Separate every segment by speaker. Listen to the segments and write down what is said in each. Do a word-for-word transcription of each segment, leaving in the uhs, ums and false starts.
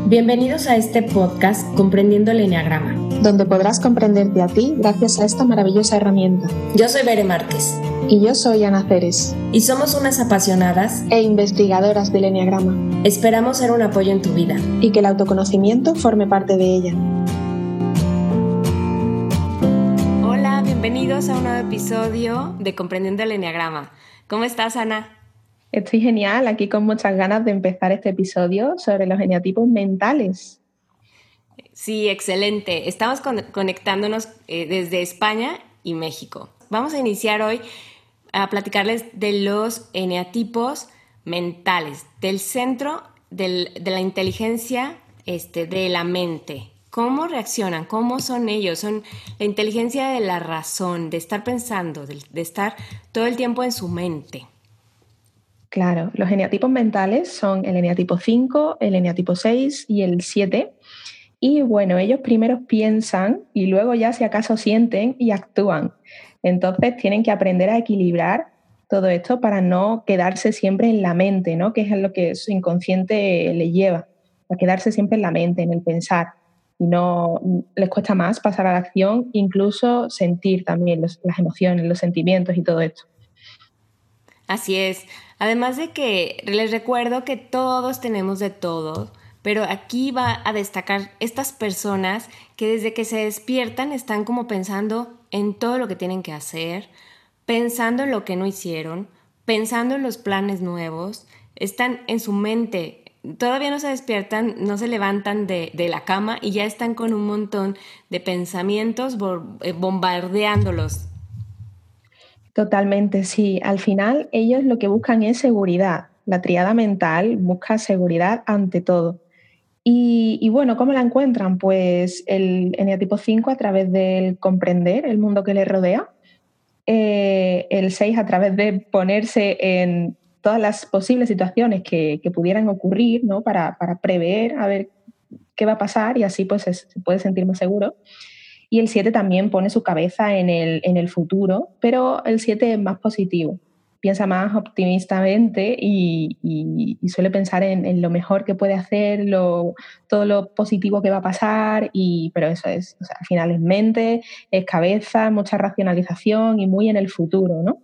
Speaker 1: Bienvenidos a este podcast Comprendiendo el Eneagrama,
Speaker 2: donde podrás comprenderte a ti gracias a esta maravillosa herramienta.
Speaker 1: Yo soy Bere Márquez.
Speaker 2: Y yo soy Ana Ceres.
Speaker 1: Y somos unas apasionadas
Speaker 2: e investigadoras del Eneagrama.
Speaker 1: Esperamos ser un apoyo en tu vida.
Speaker 2: Y que el autoconocimiento forme parte de ella.
Speaker 1: Hola, bienvenidos a un nuevo episodio de Comprendiendo el Eneagrama. ¿Cómo estás, Ana?
Speaker 2: Estoy genial, aquí con muchas ganas de empezar este episodio sobre los eneatipos mentales.
Speaker 1: Sí, excelente. Estamos con- conectándonos eh, desde España y México. Vamos a iniciar hoy a platicarles de los eneatipos mentales, del centro del, de la inteligencia este, de la mente. ¿Cómo reaccionan? ¿Cómo son ellos? Son la inteligencia de la razón, de estar pensando, de, de estar todo el tiempo en su mente.
Speaker 2: Claro, los eneatipos mentales son el eneatipo cinco, el eneatipo seis y el siete. Y bueno, ellos primero piensan y luego ya si acaso sienten y actúan. Entonces tienen que aprender a equilibrar todo esto para no quedarse siempre en la mente, ¿no? Que es lo que su inconsciente le lleva, a quedarse siempre en la mente, en el pensar. Y no les cuesta más pasar a la acción, incluso sentir también los, las emociones, los sentimientos y todo esto.
Speaker 1: Así es. Además de que les recuerdo que todos tenemos de todo, pero aquí va a destacar estas personas que desde que se despiertan están como pensando en todo lo que tienen que hacer, pensando en lo que no hicieron, pensando en los planes nuevos, están en su mente. Todavía no se despiertan, no se levantan de, de la cama y ya están con un montón de pensamientos bombardeándolos.
Speaker 2: Totalmente, sí. Al final ellos lo que buscan es seguridad. La tríada mental busca seguridad ante todo. Y, y bueno, ¿cómo la encuentran? Pues el eneatipo cinco a través del comprender el mundo que les rodea, eh, el seis a través de ponerse en todas las posibles situaciones que, que pudieran ocurrir, ¿no? para, para prever a ver qué va a pasar y así pues se, se puede sentir más seguro. Y el siete también pone su cabeza en el, en el futuro, pero el siete es más positivo, piensa más optimistamente y, y, y suele pensar en, en lo mejor que puede hacer, lo, todo lo positivo que va a pasar, y, pero eso es, o sea, al final es mente, es cabeza, mucha racionalización y muy en el futuro, ¿no?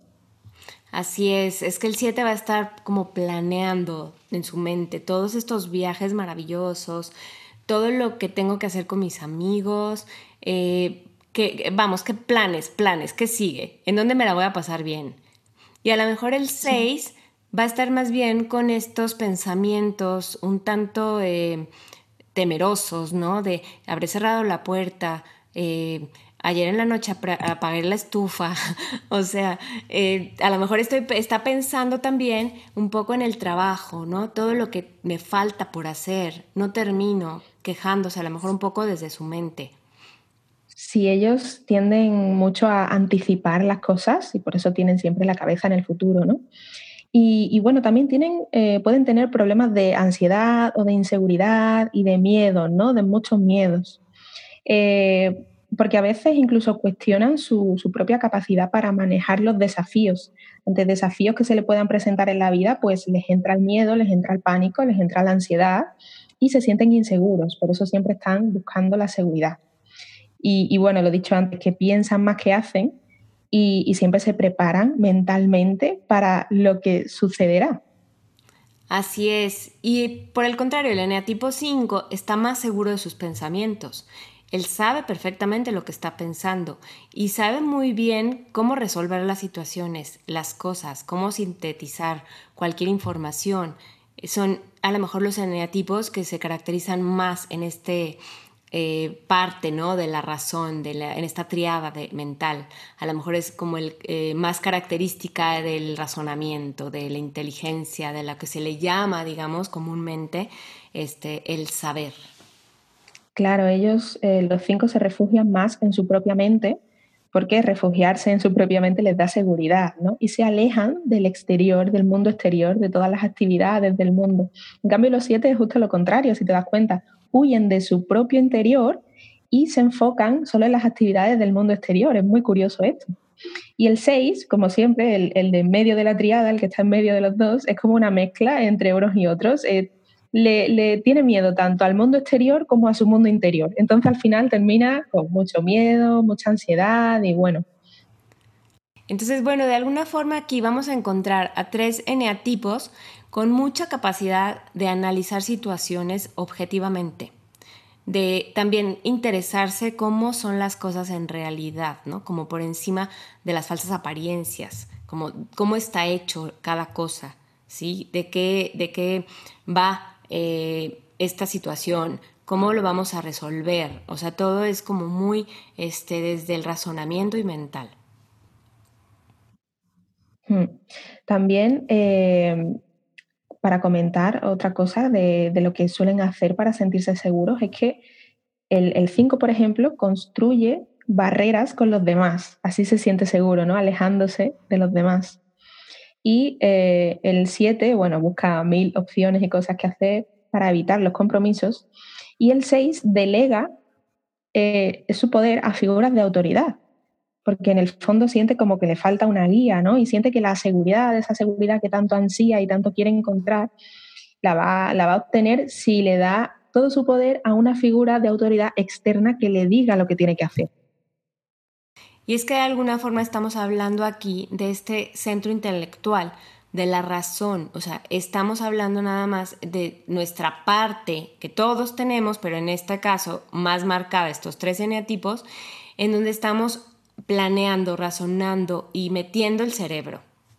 Speaker 1: Así es, es que el siete va a estar como planeando en su mente todos estos viajes maravillosos, todo lo que tengo que hacer con mis amigos, eh, que, vamos, qué planes, planes, qué sigue, en dónde me la voy a pasar bien. Y a lo mejor el seis sí. va a estar más bien con estos pensamientos un tanto eh, temerosos, ¿no? De habré cerrado la puerta, eh, ayer en la noche apagué la estufa, o sea, eh, a lo mejor estoy, está pensando también un poco en el trabajo, ¿no? Todo lo que me falta por hacer, no termino, quejándose a lo mejor un poco desde su mente.
Speaker 2: Sí, ellos tienden mucho a anticipar las cosas y por eso tienen siempre la cabeza en el futuro, ¿no? Y, y bueno, también tienen, eh, pueden tener problemas de ansiedad o de inseguridad y de miedo, ¿no? De muchos miedos. Eh, porque a veces incluso cuestionan su, su propia capacidad para manejar los desafíos. Ante desafíos que se le puedan presentar en la vida, pues les entra el miedo, les entra el pánico, les entra la ansiedad y se sienten inseguros. Por eso siempre están buscando la seguridad. Y, y bueno, lo he dicho antes, que piensan más que hacen y, y siempre se preparan mentalmente para lo que sucederá.
Speaker 1: Así es. Y por el contrario, el eneatipo cinco está más seguro de sus pensamientos. Él sabe perfectamente lo que está pensando y sabe muy bien cómo resolver las situaciones, las cosas, cómo sintetizar cualquier información. Son a lo mejor los eneatipos que se caracterizan más en este eh, parte, ¿no? de la razón, de la, en esta triada de, mental. A lo mejor es como el eh, más característica del razonamiento, de la inteligencia, de la que se le llama, digamos, comúnmente este, el saber.
Speaker 2: Claro, ellos, eh, los cinco, se refugian más en su propia mente porque refugiarse en su propia mente les da seguridad, ¿no? Y se alejan del exterior, del mundo exterior, de todas las actividades del mundo. En cambio, los siete es justo lo contrario, si te das cuenta, huyen de su propio interior y se enfocan solo en las actividades del mundo exterior. Es muy curioso esto. Y el seis, como siempre, el, el de en medio de la triada, el que está en medio de los dos, es como una mezcla entre unos y otros. Eh, le, le tiene miedo tanto al mundo exterior como a su mundo interior. Entonces al final termina con mucho miedo, mucha ansiedad y bueno.
Speaker 1: Entonces, bueno, de alguna forma aquí vamos a encontrar a tres eneatipos con mucha capacidad de analizar situaciones objetivamente, de también interesarse cómo son las cosas en realidad, ¿no? Como por encima de las falsas apariencias, como cómo está hecho cada cosa, ¿sí? De qué, de qué va eh, esta situación, cómo lo vamos a resolver. O sea, todo es como muy este, desde el razonamiento y mental.
Speaker 2: También, eh, para comentar otra cosa de, de, lo que suelen hacer para sentirse seguros, es que el cinco, por ejemplo, construye barreras con los demás, así se siente seguro, ¿no? Alejándose de los demás. Y eh, el siete, bueno, busca mil opciones y cosas que hacer para evitar los compromisos. Y el seis delega eh, su poder a figuras de autoridad, porque en el fondo siente como que le falta una guía, ¿no? Y siente que la seguridad, esa seguridad que tanto ansía y tanto quiere encontrar, la va, la va a obtener si le da todo su poder a una figura de autoridad externa que le diga lo que tiene que hacer.
Speaker 1: Y es que de alguna forma estamos hablando aquí de este centro intelectual, de la razón, o sea, estamos hablando nada más de nuestra parte que todos tenemos, pero en este caso más marcada estos tres eneatipos, en donde estamos planeando, razonando y metiendo el cerebro.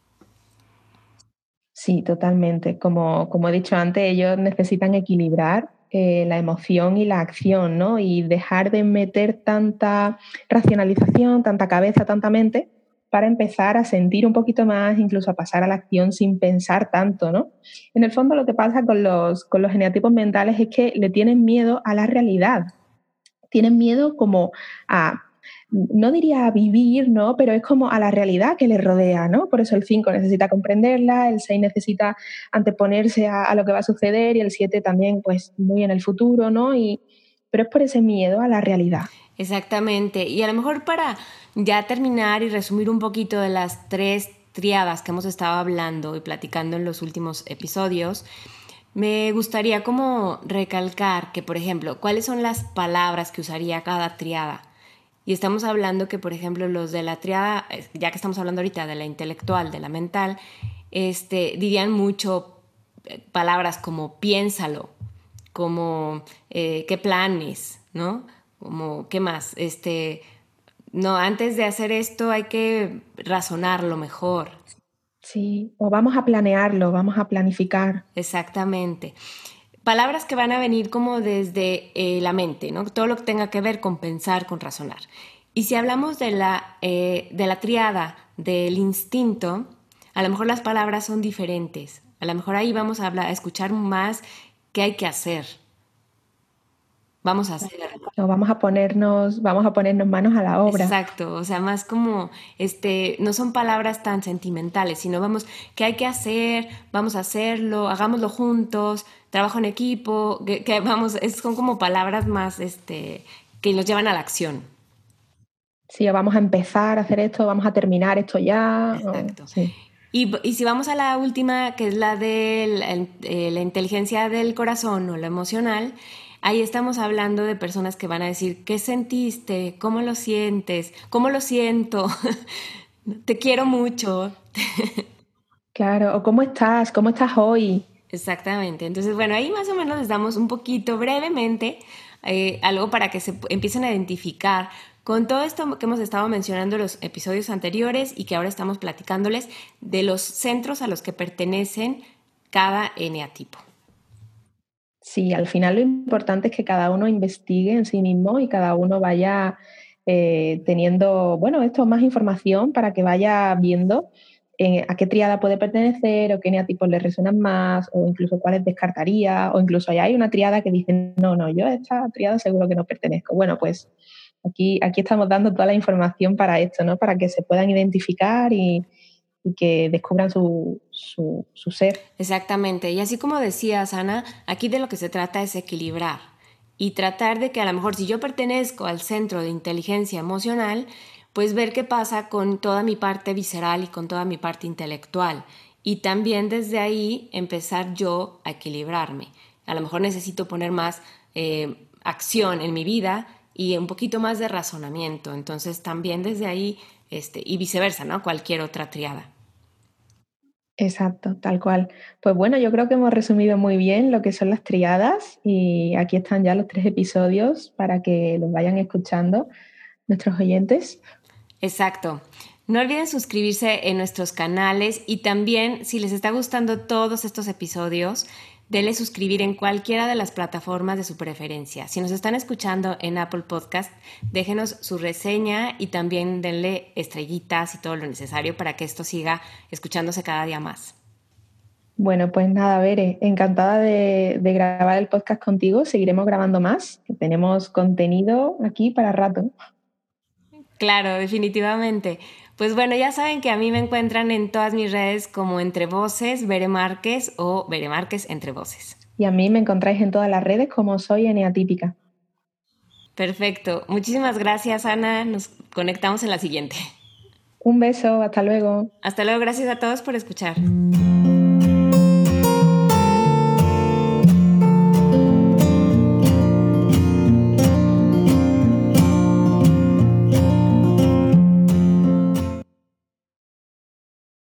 Speaker 2: Sí, totalmente. Como, como he dicho antes, ellos necesitan equilibrar eh, la emoción y la acción, ¿no? Y dejar de meter tanta racionalización, tanta cabeza, tanta mente, para empezar a sentir un poquito más, incluso a pasar a la acción sin pensar tanto, ¿no? En el fondo lo que pasa con los, con los eneatipos mentales es que le tienen miedo a la realidad. Tienen miedo como a, no diría a vivir, ¿no? Pero es como a la realidad que les rodea, ¿no? Por eso el cinco necesita comprenderla, el seis necesita anteponerse a, a lo que va a suceder y el siete también, pues, muy en el futuro, ¿no? Y, pero es por ese miedo a la realidad.
Speaker 1: Exactamente. Y a lo mejor para ya terminar y resumir un poquito de las tres triadas que hemos estado hablando y platicando en los últimos episodios, me gustaría como recalcar que, por ejemplo, cuáles son las palabras que usaría cada triada. Y estamos hablando que, por ejemplo, los de la triada, ya que estamos hablando ahorita de la intelectual, de la mental, este, dirían mucho palabras como piénsalo, como eh, qué planes, ¿no? Como qué más, este, no, antes de hacer esto hay que razonarlo mejor.
Speaker 2: Sí, o vamos a planearlo, vamos a planificar.
Speaker 1: Exactamente. Palabras que van a venir como desde eh, la mente, ¿no? Todo lo que tenga que ver con pensar, con razonar. Y si hablamos de la, eh, de la triada del instinto, a lo mejor las palabras son diferentes. A lo mejor ahí vamos a, hablar, a escuchar más qué hay que hacer. Vamos a hacerlo.
Speaker 2: O vamos a ponernos, vamos a ponernos manos a la obra.
Speaker 1: Exacto, o sea, más como, este, no son palabras tan sentimentales, sino vamos, ¿qué hay que hacer? Vamos a hacerlo, hagámoslo juntos, trabajo en equipo, que, que vamos, es, son como palabras más, este, que nos llevan a la acción.
Speaker 2: Sí, o vamos a empezar a hacer esto, vamos a terminar esto ya. O,
Speaker 1: Exacto.
Speaker 2: sí.
Speaker 1: Y, y si vamos a la última, que es la de la, eh, la inteligencia del corazón o la emocional, ahí estamos hablando de personas que van a decir, ¿qué sentiste? ¿Cómo lo sientes? ¿Cómo lo siento? Te quiero mucho.
Speaker 2: Claro, o ¿cómo estás? ¿Cómo estás hoy?
Speaker 1: Exactamente. Entonces, bueno, ahí más o menos les damos un poquito brevemente eh, algo para que se empiecen a identificar con todo esto que hemos estado mencionando en los episodios anteriores y que ahora estamos platicándoles de los centros a los que pertenecen cada eneatipo.
Speaker 2: Sí, al final lo importante es que cada uno investigue en sí mismo y cada uno vaya eh, teniendo, bueno, esto más información para que vaya viendo eh, a qué triada puede pertenecer o qué eneatipos le resuenan más o incluso cuáles descartaría o incluso ya hay una triada que dice, no, no, yo a esta triada seguro que no pertenezco. Bueno, pues aquí, aquí estamos dando toda la información para esto, ¿no? Para que se puedan identificar y, y que descubran su, su, su ser.
Speaker 1: Exactamente. Y así como decías, Ana, aquí de lo que se trata es equilibrar y tratar de que a lo mejor si yo pertenezco al centro de inteligencia emocional, pues ver qué pasa con toda mi parte visceral y con toda mi parte intelectual. Y también desde ahí empezar yo a equilibrarme. a lo mejor necesito poner más eh, acción en mi vida y un poquito más de razonamiento. Entonces también desde ahí, este, y viceversa, ¿no? Cualquier otra triada.
Speaker 2: Exacto, tal cual. Pues bueno, yo creo que hemos resumido muy bien lo que son las triadas y aquí están ya los tres episodios para que los vayan escuchando nuestros oyentes.
Speaker 1: Exacto. No olviden suscribirse en nuestros canales y también, si les está gustando todos estos episodios, denle suscribir en cualquiera de las plataformas de su preferencia. Si nos están escuchando en Apple Podcast, déjenos su reseña y también denle estrellitas y todo lo necesario para que esto siga escuchándose cada día más.
Speaker 2: Bueno, pues nada, Bere, encantada de, de grabar el podcast contigo. Seguiremos grabando más, que tenemos contenido aquí para rato.
Speaker 1: Claro, definitivamente. Pues bueno, ya saben que a mí me encuentran en todas mis redes como Entre Voces, Bere Márquez o Bere Márquez Entre Voces.
Speaker 2: Y a mí me encontráis en todas las redes como soy Eneatípica.
Speaker 1: Perfecto. Muchísimas gracias, Ana. Nos conectamos en la siguiente.
Speaker 2: Un beso, hasta luego.
Speaker 1: Hasta luego. Gracias a todos por escuchar.